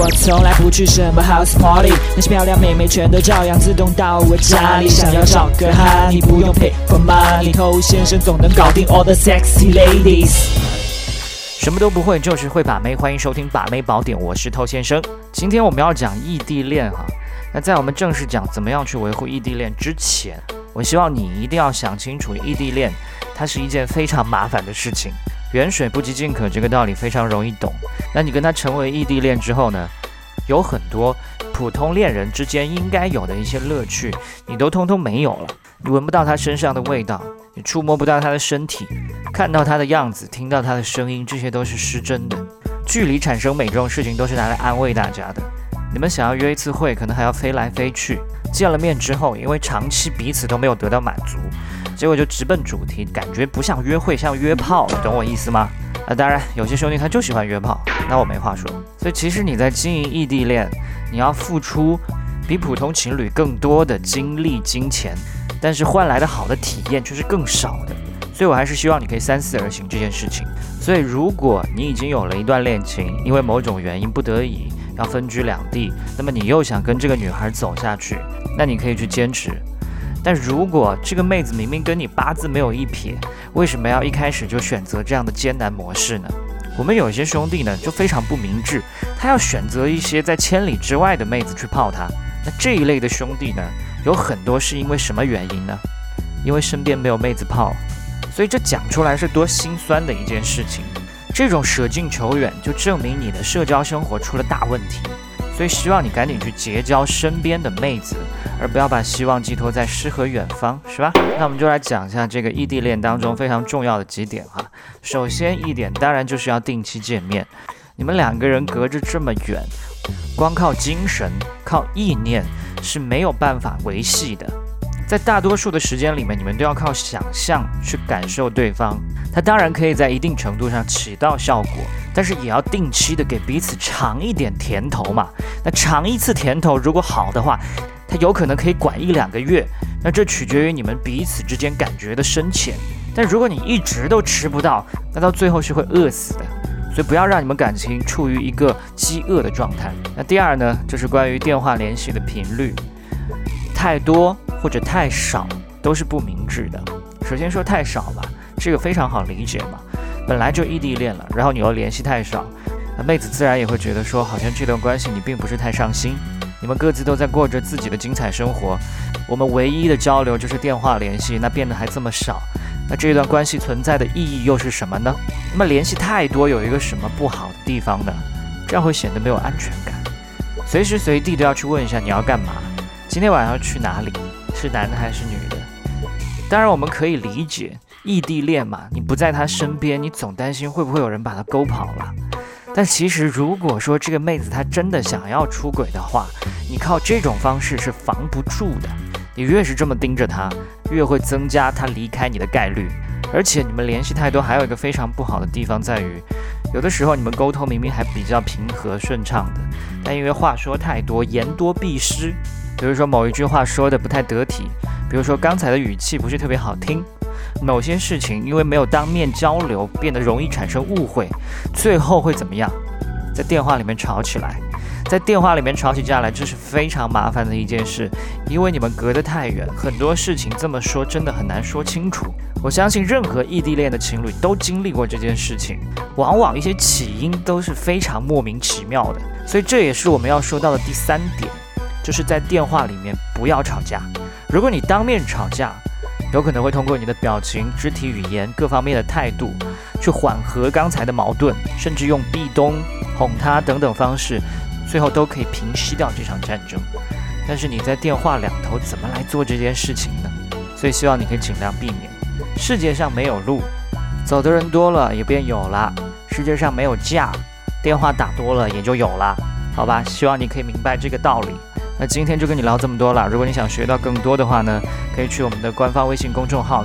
我从来不去什么 house party， 那些漂亮妹妹全都照样自动到我家里。想要找个哈，你不用 pay for money， 偷先生总能搞定 all the sexy ladies。 什么都不会，就是会把妹。欢迎收听把妹宝典，我是偷先生。今天我们要讲异地恋哈。那在我们正式讲怎么样去维护异地恋之前，我希望你一定要想清楚，异地恋它是一件非常麻烦的事情。远水不及近渴这个道理非常容易懂。那你跟他成为异地恋之后呢，有很多普通恋人之间应该有的一些乐趣，你都通通没有了。你闻不到他身上的味道，你触摸不到他的身体，看到他的样子，听到他的声音，这些都是失真的。距离产生美这种事情都是拿来安慰大家的。你们想要约一次会，可能还要飞来飞去。见了面之后，因为长期彼此都没有得到满足，结果就直奔主题，感觉不像约会，像约炮，你懂我意思吗？当然，有些兄弟他就喜欢约炮，那我没话说。所以其实你在经营异地恋，你要付出比普通情侣更多的精力、金钱，但是换来的好的体验却是更少的。所以我还是希望你可以三思而行这件事情。所以如果你已经有了一段恋情，因为某种原因不得已要分居两地，那么你又想跟这个女孩走下去，那你可以去坚持。但如果这个妹子明明跟你八字没有一撇，为什么要一开始就选择这样的艰难模式呢？我们有些兄弟呢就非常不明智，他要选择一些在千里之外的妹子去泡他。那这一类的兄弟呢，有很多是因为什么原因呢？因为身边没有妹子泡。所以这讲出来是多心酸的一件事情。这种舍近求远，就证明你的社交生活出了大问题。所以希望你赶紧去结交身边的妹子，而不要把希望寄托在诗和远方，是吧？那我们就来讲一下这个异地恋当中非常重要的几点哈。首先一点，当然就是要定期见面。你们两个人隔着这么远，光靠精神、靠意念是没有办法维系的。在大多数的时间里面，你们都要靠想象去感受对方。它当然可以在一定程度上起到效果，但是也要定期的给彼此尝一点甜头嘛。那尝一次甜头，如果好的话，它有可能可以管1-2个月。那这取决于你们彼此之间感觉的深浅。但如果你一直都吃不到，那到最后是会饿死的。所以不要让你们感情处于一个饥饿的状态。那第二呢，就是关于电话联系的频率，太多或者太少都是不明智的。首先说太少吧，这个非常好理解嘛，本来就异地恋了，然后你又联系太少，那妹子自然也会觉得说，好像这段关系你并不是太上心，你们各自都在过着自己的精彩生活，我们唯一的交流就是电话联系，那变得还这么少，那这段关系存在的意义又是什么呢？那么联系太多有一个什么不好的地方呢？这样会显得没有安全感，随时随地都要去问一下你要干嘛，今天晚上要去哪里，是男的还是女的？当然我们可以理解异地恋嘛，你不在他身边，你总担心会不会有人把他勾跑了。但其实如果说这个妹子她真的想要出轨的话，你靠这种方式是防不住的。你越是这么盯着她，越会增加她离开你的概率。而且你们联系太多，还有一个非常不好的地方在于，有的时候你们沟通明明还比较平和顺畅的，但因为话说太多，言多必失。比如说某一句话说的不太得体，比如说刚才的语气不是特别好听，某些事情因为没有当面交流，变得容易产生误会，最后会怎么样？在电话里面吵起来。在电话里面吵起架来，这是非常麻烦的一件事，因为你们隔得太远，很多事情这么说真的很难说清楚。我相信任何异地恋的情侣都经历过这件事情，往往一些起因都是非常莫名其妙的。所以这也是我们要说到的第3点，就是在电话里面不要吵架。如果你当面吵架，有可能会通过你的表情、肢体语言各方面的态度去缓和刚才的矛盾，甚至用壁咚、哄他等等方式，最后都可以平息掉这场战争。但是你在电话两头怎么来做这件事情呢？所以希望你可以尽量避免。世界上没有路，走的人多了也便有啦。世界上没有架，电话打多了也就有啦。好吧，希望你可以明白这个道理。那今天就跟你聊这么多了，如果你想学到更多的话呢，可以去我们的官方微信公众号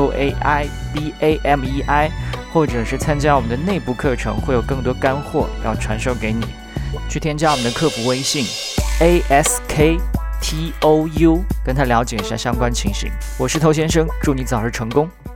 KUAIBAMEI， 或者是参加我们的内部课程，会有更多干货要传授给你。去添加我们的客服微信 ASKTOU， 跟他了解一下相关情形。我是头先生，祝你早日成功。